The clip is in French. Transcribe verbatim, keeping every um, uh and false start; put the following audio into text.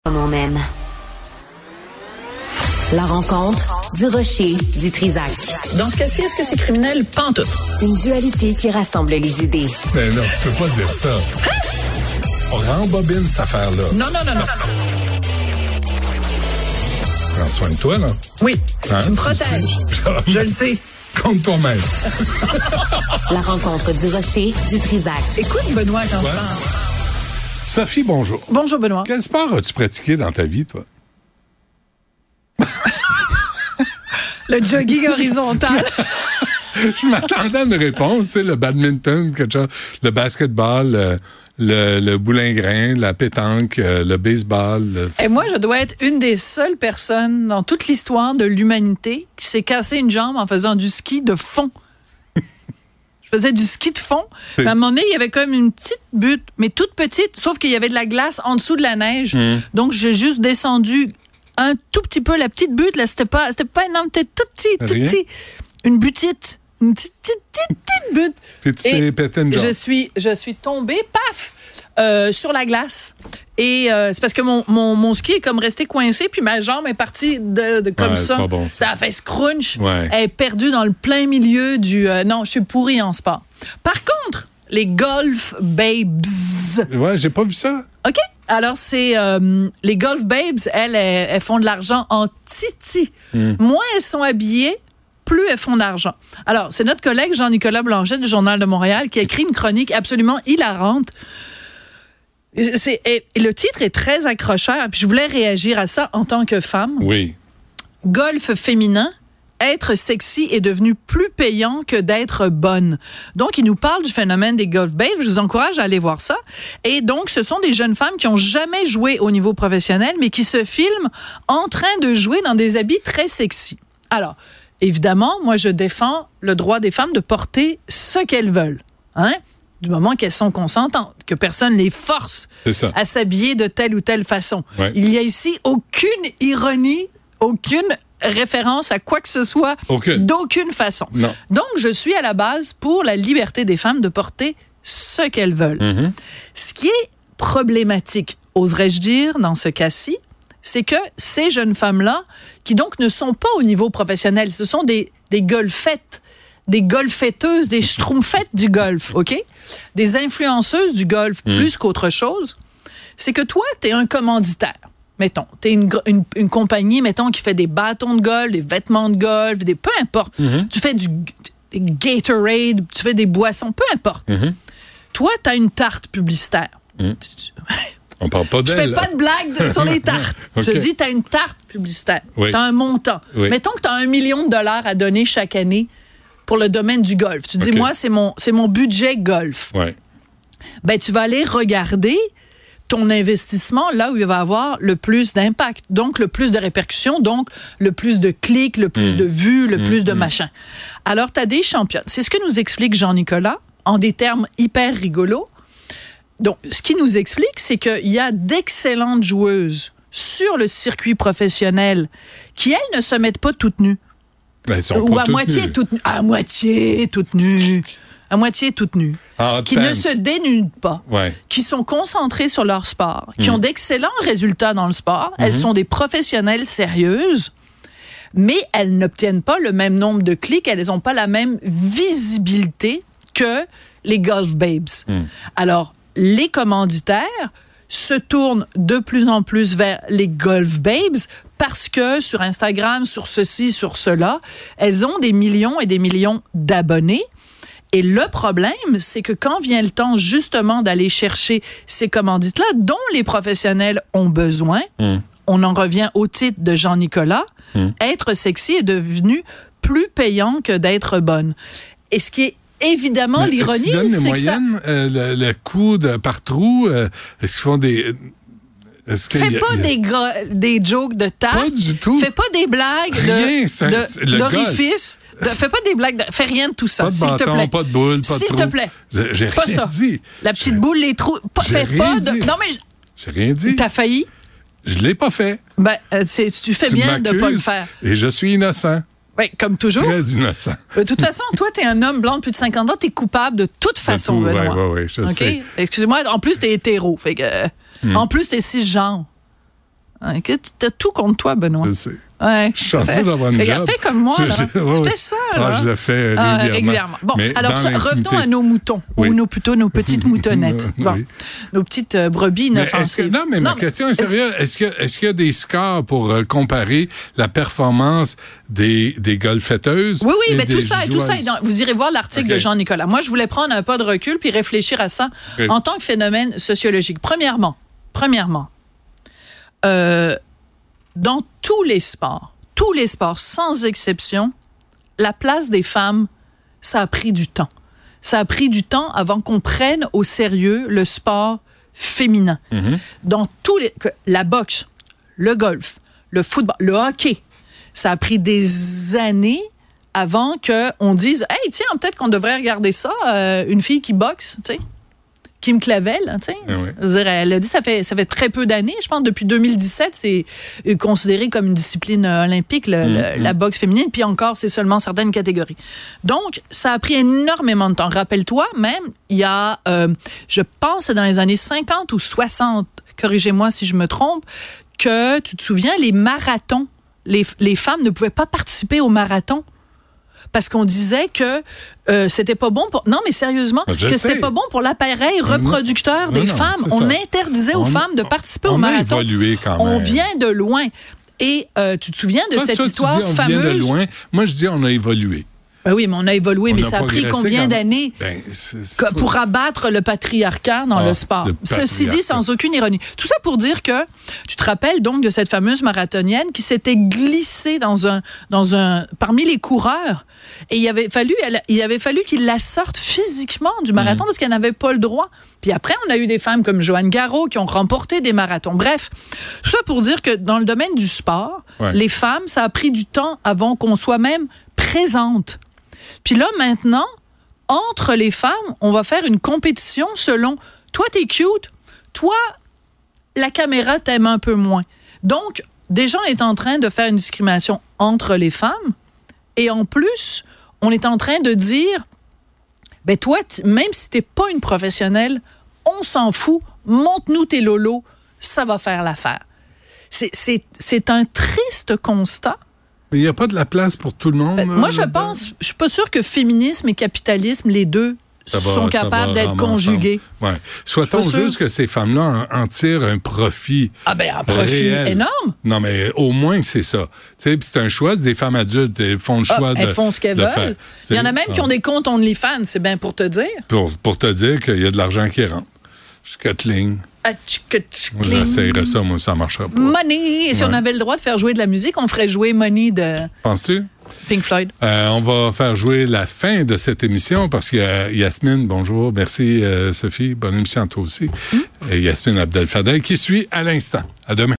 Comme on aime. La rencontre du rocher du Trisac. Dans ce cas-ci, est-ce que c'est criminel? Pantoute. Une dualité qui rassemble les idées. Mais non, tu peux pas dire ça. Hein? On rembobine cette affaire-là. Non, non, non, non. Prends soin de toi, là. Oui, hein? Tu me protèges. Je, Je le sais. Compte toi-même. La rencontre du rocher du Trisac. Écoute, Benoît, quand ouais. je parle. Sophie, bonjour. Bonjour, Benoît. Quel sport as-tu pratiqué dans ta vie, toi? Le jogging horizontal. Je m'attendais à une réponse, tu sais, le badminton, quelque chose, le basketball, le, le, le boulingrin, la pétanque, le baseball. Le... Et moi, je dois être une des seules personnes dans toute l'histoire de l'humanité qui s'est cassé une jambe en faisant du ski de fond. Je faisais du ski de fond. Mais à un moment donné, il y avait comme une petite butte, mais toute petite, sauf qu'il y avait de la glace en dessous de la neige. Mmh. Donc, j'ai juste descendu un tout petit peu. La petite butte, là, c'était pas, c'était pas énorme, c'était tout petit, tout petit. Une butite. Une petite, petite, petite, petite butte. Puis tu t'es pété une jambe. Je suis, je suis tombée, paf, euh, sur la glace. Et euh, c'est parce que mon, mon, mon ski est comme resté coincé, puis ma jambe est partie de, de comme ouais, ça. Pas bon, ça. Ça a fait scrunch. Ouais. Elle est perdue dans le plein milieu du... Euh, non, je suis pourrie en sport. Par contre, les Golf Babes... Ouais, j'ai pas vu ça. OK. Alors, c'est... Euh, les Golf Babes, elles, elles, elles font de l'argent en titi. Mm. Moins elles sont habillées, plus elles font d'argent. Alors, c'est notre collègue Jean-Nicolas Blanchet du Journal de Montréal qui a écrit une chronique absolument hilarante. C'est, et, et le titre est très accrocheur, puis je voulais réagir à ça en tant que femme. Oui. Golf féminin, être sexy est devenu plus payant que d'être bonne. Donc, il nous parle du phénomène des Golf Babes. Je vous encourage à aller voir ça. Et donc, ce sont des jeunes femmes qui n'ont jamais joué au niveau professionnel, mais qui se filment en train de jouer dans des habits très sexy. Alors, évidemment, moi, je défends le droit des femmes de porter ce qu'elles veulent. Hein? Du moment qu'elles sont consentantes, que personne les force à s'habiller de telle ou telle façon. Ouais. Il n'y a ici aucune ironie, aucune référence à quoi que ce soit, aucune. D'aucune façon. Non. Donc, je suis à la base pour la liberté des femmes de porter ce qu'elles veulent. Mm-hmm. Ce qui est problématique, oserais-je dire, dans ce cas-ci, c'est que ces jeunes femmes-là, qui donc ne sont pas au niveau professionnel, ce sont des, des golfettes, des golfetteuses, des schtroumpfettes du golf, OK? Des influenceuses du golf mmh. plus qu'autre chose, c'est que toi, t'es un commanditaire. Mettons, t'es une, une, une compagnie, mettons, qui fait des bâtons de golf, des vêtements de golf, des, peu importe. Mmh. Tu fais du des Gatorade, tu fais des boissons, peu importe. Mmh. Toi, t'as une tarte publicitaire. Mmh. On parle pas d'elle. Je fais pas de blague de, sur les tartes. Okay. Je dis, t'as une tarte publicitaire. Oui. T'as un montant. Oui. Mettons que t'as un million de dollars à donner chaque année pour le domaine du golf. Tu dis, okay. moi, c'est mon, c'est mon budget golf. Ouais. Ben, tu vas aller regarder ton investissement là où il va avoir le plus d'impact, donc le plus de répercussions, donc le plus de clics, le plus mmh. de vues, le mmh. plus de mmh. machin. Alors, tu as des championnes. C'est ce que nous explique Jean-Nicolas en des termes hyper rigolos. Donc, ce qui nous explique, c'est qu'il y a d'excellentes joueuses sur le circuit professionnel qui, elles, ne se mettent pas toutes nues. Ben, ou à moitié toutes nues. À moitié toutes nues. À moitié toutes nues. Ah, qui ne se dénudent pas. Ouais. Qui sont concentrées sur leur sport. Qui mmh. ont d'excellents résultats dans le sport. Mmh. Elles sont des professionnelles sérieuses. Mais elles n'obtiennent pas le même nombre de clics. Elles n'ont pas la même visibilité que les Golf Babes. Mmh. Alors, les commanditaires se tournent de plus en plus vers les Golf Babes parce que sur Instagram, sur ceci, sur cela, elles ont des millions et des millions d'abonnés. Et le problème, c'est que quand vient le temps justement d'aller chercher ces commandites-là, dont les professionnels ont besoin, mmh. on en revient au titre de Jean-Nicolas, mmh. être sexy est devenu plus payant que d'être bonne. Et ce qui est évidemment, mais l'ironie, c'est que moyennes, ça... Euh, le, le coût de par trou, euh, est-ce qu'ils font des... Est-ce Fais y a, pas y a... des, gros, des jokes de tarte. Pas du tout. Fais pas des blagues rien, de, c'est, de, c'est le d'orifice. De, fais pas des blagues. De, fais rien de tout ça, pas de s'il bâton, te plaît. Pas de boule, pas s'il de trou. S'il te plaît. J'ai, j'ai pas rien ça. dit. La petite j'ai, boule, les trous. Pas, fais pas de... Dit. Non, mais... J'ai rien dit. T'as failli? Je l'ai pas fait. Ben, c'est, tu fais tu bien de pas le faire. Et je suis innocent. Oui, comme toujours. Très innocent. De toute façon, toi, t'es un homme blanc de plus de cinquante ans, t'es coupable de toute façon, de tout, Benoît. Oui, oui, oui, je okay? sais. Excusez-moi, en plus, t'es hétéro. Fait que, mm. En plus, t'es cisgenre. T'as tout contre toi, Benoît. Je sais. Ouais. Je suis chanceux d'avoir une Regarde, job. fais comme moi, là. Je, ouais, Fais ça, là. Ah, je le fais régulièrement. Ah, régulièrement. Bon, Mais alors ça, revenons à nos moutons, oui. ou nos, plutôt nos petites moutonnettes. Bon, oui. Nos petites euh, brebis inoffensives. Non, mais non, ma mais, question est sérieuse. Est-ce qu'il est y a des scores pour euh, comparer la performance des, des golfetteuses? Oui, oui, et mais des tout ça, tout ça, dans, vous irez voir l'article okay. de Jean-Nicolas. Moi, je voulais prendre un pas de recul puis réfléchir à ça okay. en tant que phénomène sociologique. Premièrement, premièrement, euh, dans tous les sports, tous les sports, sans exception, la place des femmes, ça a pris du temps. Ça a pris du temps avant qu'on prenne au sérieux le sport féminin. Mm-hmm. Dans tous les... La boxe, le golf, le football, le hockey, ça a pris des années avant qu'on dise « Hey, tiens, peut-être qu'on devrait regarder ça, euh, une fille qui boxe, tu sais. » Kim Clavel, tu sais. Oui. Elle a dit ça fait ça fait très peu d'années, je pense depuis deux mille dix-sept, c'est considéré comme une discipline olympique le, mmh, le, mmh. la boxe féminine, puis encore c'est seulement certaines catégories. Donc ça a pris énormément de temps. Rappelle-toi même, il y a euh, je pense dans les années cinquante ou soixante, corrigez-moi si je me trompe, que tu te souviens les marathons, les les femmes ne pouvaient pas participer aux marathons. Parce qu'on disait que euh, c'était pas bon pour... Non, mais sérieusement, je que sais. c'était pas bon pour l'appareil reproducteur non, des non, femmes. On ça. interdisait aux on, femmes de participer on au marathon. On a évolué quand même. On vient de loin. Et euh, tu te souviens de toi, cette toi, histoire tu dis, on fameuse... vient de loin. Moi, je dis on a évolué. Ben oui, mais on a évolué, on mais a ça a pris combien d'années ben, c'est, c'est pour fou. abattre le patriarcat dans ah, le sport? Le Ceci dit, sans aucune ironie. Tout ça pour dire que tu te rappelles donc de cette fameuse marathonienne qui s'était glissée dans un, dans un, parmi les coureurs. Et il avait fallu, elle, il avait fallu qu'il la sorte physiquement du marathon mmh. parce qu'elle n'avait pas le droit. Puis après, on a eu des femmes comme Joanne Garreau qui ont remporté des marathons. Bref, tout ça pour dire que dans le domaine du sport, ouais. les femmes, ça a pris du temps avant qu'on soit même présente. Puis là, maintenant, entre les femmes, on va faire une compétition selon « toi, t'es cute, toi, la caméra t'aime un peu moins ». Donc, déjà, on est en train de faire une discrimination entre les femmes et en plus, on est en train de dire « ben toi, t- même si t'es pas une professionnelle, on s'en fout, montre-nous tes lolos, ça va faire l'affaire ». C'est, c'est, c'est un triste constat. Mais il n'y a pas de la place pour tout le monde. Ben, moi, je pense, je suis pas sûre que féminisme et capitalisme, les deux, va, sont capables d'être conjugués. Ouais. Soit-on juste que ces femmes-là en, en tirent un profit. Ah ben un profit réel. Énorme. Non, mais au moins c'est ça. Tu sais, c'est un choix. Des femmes adultes, elles font le choix ah, de. Elles font ce qu'elles veulent. Faire. Il y en a même ah. qui ont des comptes OnlyFans. C'est bien pour te dire. Pour, pour te dire qu'il y a de l'argent qui rentre. Jusqu'à ligne. J'essayerais ça, moi, ça ne marchera pas. Money! Et si ouais. on avait le droit de faire jouer de la musique, on ferait jouer Money de... Penses-tu? Pink Floyd. Euh, on va faire jouer la fin de cette émission parce qu'il y a Yasmine, bonjour, merci euh, Sophie, bonne émission à toi aussi. Mm. Et Yasmine Abdel-Fadel qui suit à l'instant. À demain.